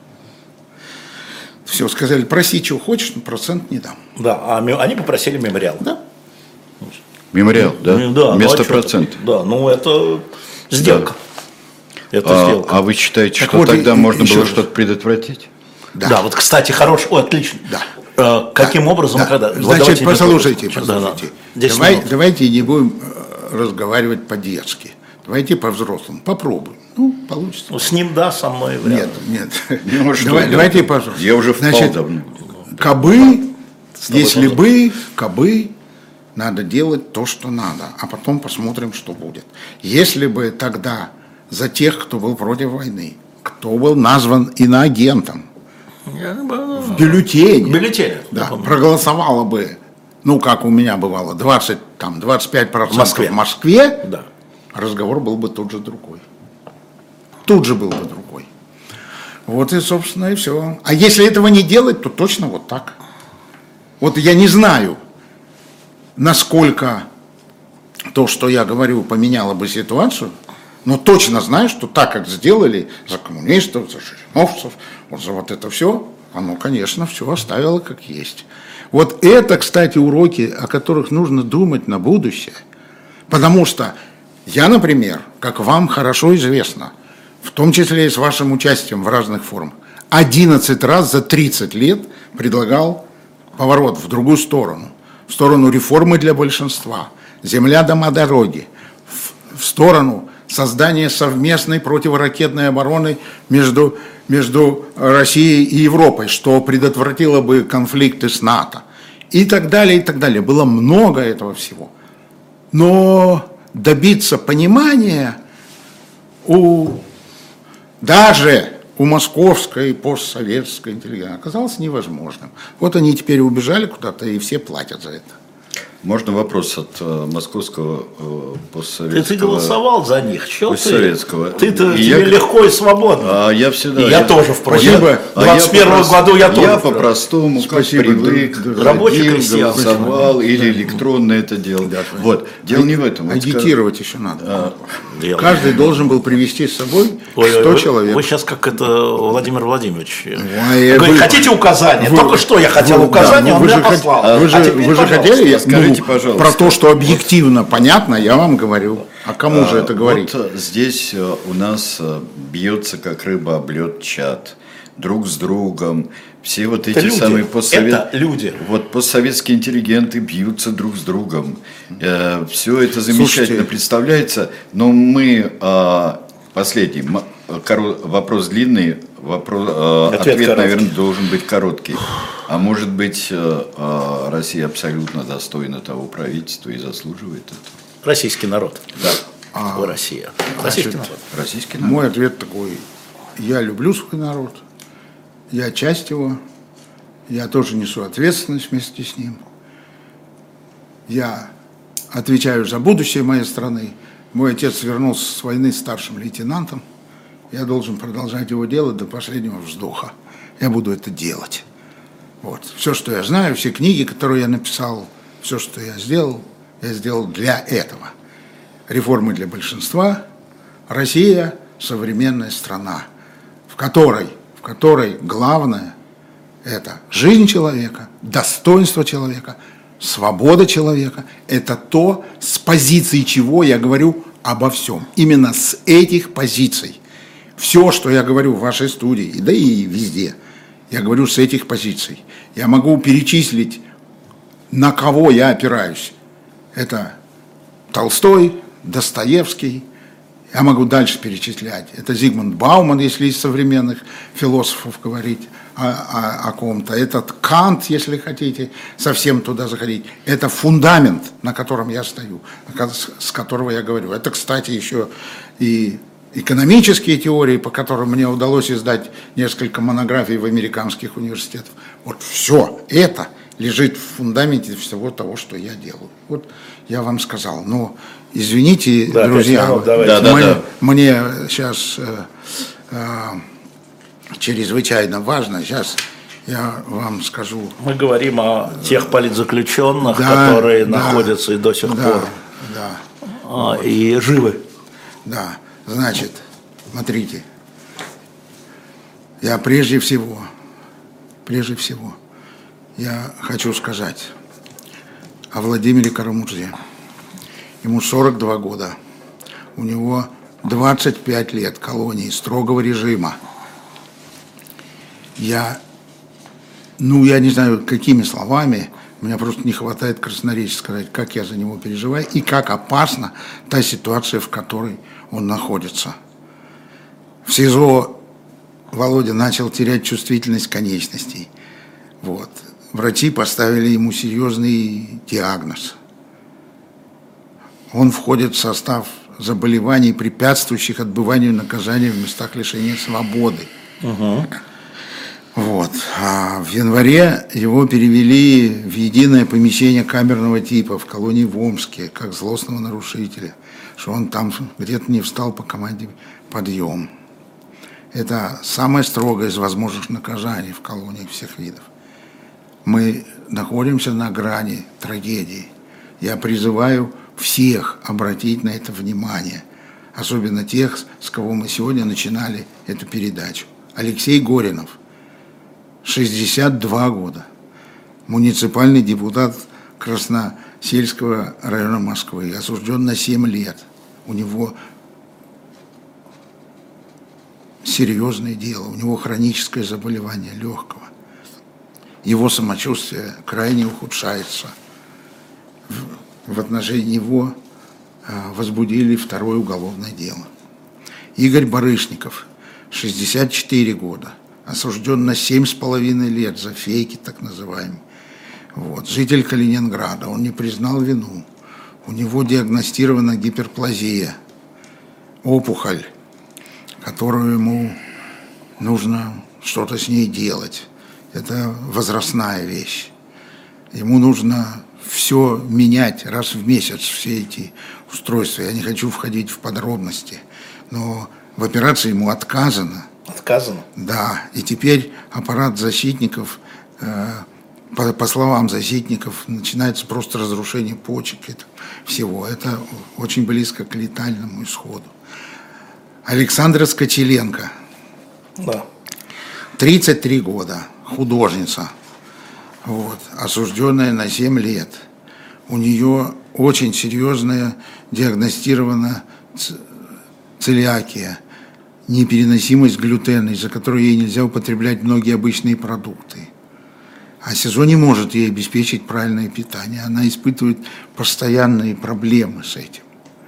Все, сказали, проси, чего хочешь, но процент не дам. Да, а они попросили мемориал. Да. Мемориал, да? Ну, да, Вместо ну, а процента. Да, ну это сделка. Да. Это а, сделка. а вы считаете, Так что вот, тогда и, можно еще было раз. что-то предотвратить? Да. Да, вот, кстати, хороший, о, отлично. Да. Э, каким Да, образом, да. когда... Вот Значит, давайте послушайте, идем. послушайте. Да, да. Давай, давайте не будем разговаривать по-детски. Давайте по-взрослому. Попробуем. Ну, получится. Ну, с ним да, со мной вряд ли. Нет, нет. Ну, что, Давай, я, давайте по-взрослому. Я уже впал Значит, давно. Кабы, если бы, кабы, надо делать то, что надо, а потом посмотрим, что будет. Если бы тогда за тех, кто был против войны, кто был назван иноагентом, в бюллетене, В бюллетене, да, да, проголосовало бы, ну, как у меня бывало, двадцать, там, двадцать пять процентов в Москве, в Москве, да. разговор был бы тут же другой. Тут же был бы другой. Вот и, собственно, и все. А если этого не делать, то точно вот так. Вот я не знаю, насколько то, что я говорю, поменяло бы ситуацию, но точно знаю, что так, как сделали за коммунистов, за жириновцев, вот за вот это все, оно, конечно, все оставило как есть. Вот это, кстати, уроки, о которых нужно думать на будущее. Потому что я, например, как вам хорошо известно, в том числе и с вашим участием в разных форумах, одиннадцать раз за тридцать лет предлагал поворот в другую сторону. В сторону реформы для большинства, земля, дома, дороги, в, в сторону создания совместной противоракетной обороны между, между Россией и Европой, что предотвратило бы конфликты с НАТО. И так далее, и так далее. Было много этого всего. Но добиться понимания у, даже у московской постсоветской интеллигенции оказалось невозможным. Вот они теперь убежали куда-то, и все платят за это. Можно вопрос от э, московского э, постсоветского... Ты, ты голосовал за них, что постсоветского. ты? Ты-то, я, тебе легко и свободно. А я всегда... И я, я тоже, впрочем. В двадцать первом году я тоже. Я по-простому, как привык, рабочий крестьян голосовал, или электронно это делал. Да, вот, дело не в этом. Агитировать еще надо. А, Каждый должен был привести с собой Ой, сто вы, человек. Вы сейчас как это Владимир Владимирович. Ой, Говорит, вы, хотите указания? вы, Только что я хотел вы, указания, да, он вы меня же послал. Хот... Вы же, а теперь, вы же хотели, я, скажите, ну, пожалуйста. Про то, что объективно понятно, я вам говорю. А кому а, же это говорить? Вот здесь у нас бьется, как рыба об лед, чат. Друг с другом. Все вот эти люди. самые постсовет... Это люди. Вот постсоветские интеллигенты бьются друг с другом. Э, все это замечательно. Слушайте, представляется, но мы... Э, последний. Вопрос длинный, вопрос, э, ответ, ответ наверное, должен быть короткий. А может быть, э, Россия абсолютно достойна того правительства и заслуживает этого? Российский народ. Да. А, О, Россия. Российский значит, народ. Российский народ. Мой ответ такой. Я люблю свой народ. Я часть его. Я тоже несу ответственность вместе с ним. Я отвечаю за будущее моей страны. Мой отец вернулся с войны старшим лейтенантом. Я должен продолжать его делать до последнего вздоха. Я буду это делать. Вот. Все, что я знаю, все книги, которые я написал, все, что я сделал, я сделал для этого. Реформы для большинства. Россия – современная страна, в которой, в которой главное – это жизнь человека, достоинство человека, свобода человека. Это то, с позиции чего я говорю обо всем. Именно с этих позиций. Все, что я говорю в вашей студии, да и везде, я говорю с этих позиций. Я могу перечислить, на кого я опираюсь. Это Толстой, Достоевский. Я могу дальше перечислять. Это Зигмунд Бауман, если из современных философов говорить о, о, о ком-то. Этот Кант, если хотите, совсем туда заходить. Это фундамент, на котором я стою, с которого я говорю. Это, кстати, еще и экономические теории, по которым мне удалось издать несколько монографий в американских университетах. Вот все это лежит в фундаменте всего того, что я делаю. Вот я вам сказал. Но извините, да, друзья, минут, да, да, мне, да. мне сейчас э, э, чрезвычайно важно. Сейчас я вам скажу. Мы говорим о тех политзаключенных, да, которые да, находятся и до сих да, пор да, а, и живы. Да. Значит, смотрите, я прежде всего, прежде всего, я хочу сказать о Владимире Карамурзе. Ему сорок два года, у него двадцать пять лет колонии строгого режима. Я, ну, я не знаю, какими словами У меня просто не хватает красноречия сказать, как я за него переживаю и как опасна та ситуация, в которой он находится. В СИЗО Володя начал терять чувствительность конечностей. Вот. Врачи поставили ему серьезный диагноз. Он входит в состав заболеваний, препятствующих отбыванию наказания в местах лишения свободы. Угу. Вот. А в январе его перевели в единое помещение камерного типа в колонии в Омске, как злостного нарушителя, что он там где-то не встал по команде «подъем». Это самое строгое из возможных наказаний в колонии всех видов. Мы находимся на грани трагедии. Я призываю всех обратить на это внимание, особенно тех, с кого мы сегодня начинали эту передачу. Алексей Горинов, шестьдесят два года, муниципальный депутат Красносельского района Москвы, осужден на семь лет. У него серьезное дело, у него хроническое заболевание легкого. Его самочувствие крайне ухудшается. В отношении него возбудили второе уголовное дело. Игорь Барышников, шестьдесят четыре года, осужден на семь с половиной лет за фейки, так называемые. Вот. Житель Калининграда, он не признал вину. У него диагностирована гиперплазия, опухоль, которую ему нужно что-то с ней делать. Это возрастная вещь. Ему нужно все менять раз в месяц, все эти устройства. Я не хочу входить в подробности, но в операции ему отказано. Отказано? Да, и теперь аппарат защитников, э, по, по словам защитников, начинается просто разрушение почек это, всего. Это очень близко к летальному исходу. Александра Скочеленко, да. тридцать три года, художница, вот, осужденная на семь лет. У нее очень серьезная диагностирована целиакия, непереносимость глютена, из-за которой ей нельзя употреблять многие обычные продукты. А СИЗО не может ей обеспечить правильное питание. Она испытывает постоянные проблемы с этим.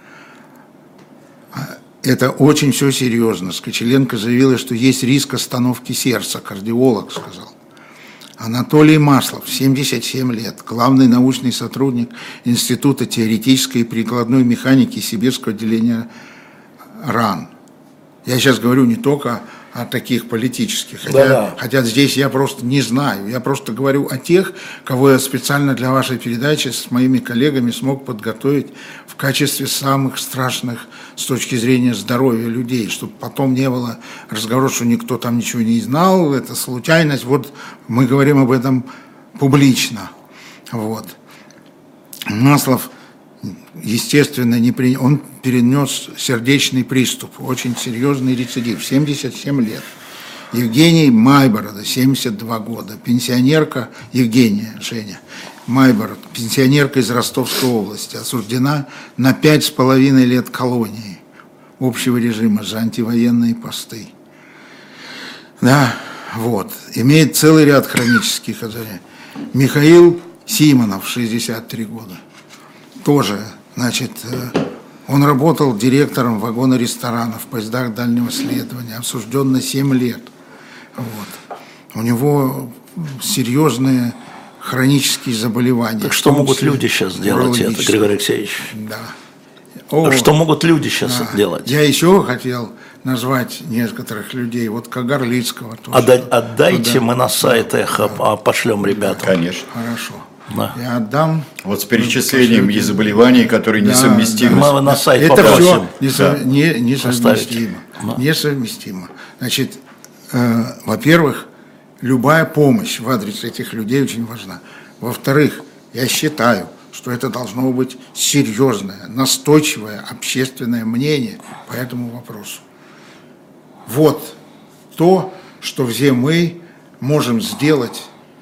Это очень все серьезно. Скочеленко заявила, что есть риск остановки сердца, кардиолог сказал. Анатолий Маслов, семьдесят семь лет, главный научный сотрудник Института теоретической и прикладной механики Сибирского отделения РАН. Я сейчас говорю не только о таких политических, хотя, да, да. хотя здесь я просто не знаю. Я просто говорю о тех, кого я специально для вашей передачи с моими коллегами смог подготовить в качестве самых страшных с точки зрения здоровья людей, чтобы потом не было разговора, что никто там ничего не знал, это случайность. Вот мы говорим об этом публично. Вот. Маслов, естественно, не при... он перенес сердечный приступ, очень серьезный рецидив, семьдесят семь лет. Евгений Майборода, семьдесят два года, пенсионерка, Евгения, Женя, Майбород, пенсионерка из Ростовской области, осуждена на пять с половиной лет колонии общего режима за антивоенные посты. Да, вот, имеет целый ряд хронических озаряний. Михаил Симонов, шестьдесят три года. Тоже, значит, он работал директором вагона-ресторанов в поездах дальнего следования, осужден на семь лет. Вот. У него серьезные хронические заболевания. Так что могут люди сейчас делать это, Григорий Алексеевич? Да. О, что могут люди сейчас да. делать? Я еще хотел назвать некоторых людей. Вот Кагарлицкого тоже. Отдай, отдайте, да. мы на сайт да. Эхо да. пошлем ребятам. Конечно. Хорошо. Да. Я отдам. Вот с перечислением и заболеваний, которые да, несовместимы. Да. Мы на сайт Это попросим. все несов... да. не, несовместимо. Да. Несовместимо. Значит, э, во-первых, любая помощь в адрес этих людей очень важна. Во-вторых, я считаю, что это должно быть серьезное, настойчивое общественное мнение по этому вопросу. Вот то, что все мы можем сделать,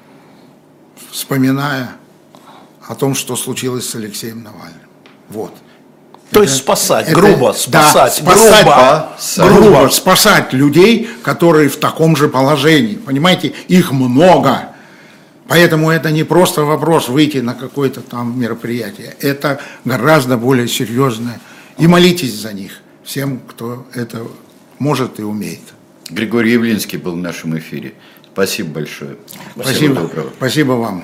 вспоминая о том, что случилось с Алексеем Навальным. Вот. То это, есть спасать, это, грубо спасать, да, спасать, грубо, грубо, грубо спасать людей, которые в таком же положении. Понимаете, их много. Поэтому это не просто вопрос выйти на какое-то там мероприятие. Это гораздо более серьезное. И молитесь за них, всем, кто это может и умеет. Григорий Явлинский был в нашем эфире. Спасибо большое. Спасибо, спасибо вам.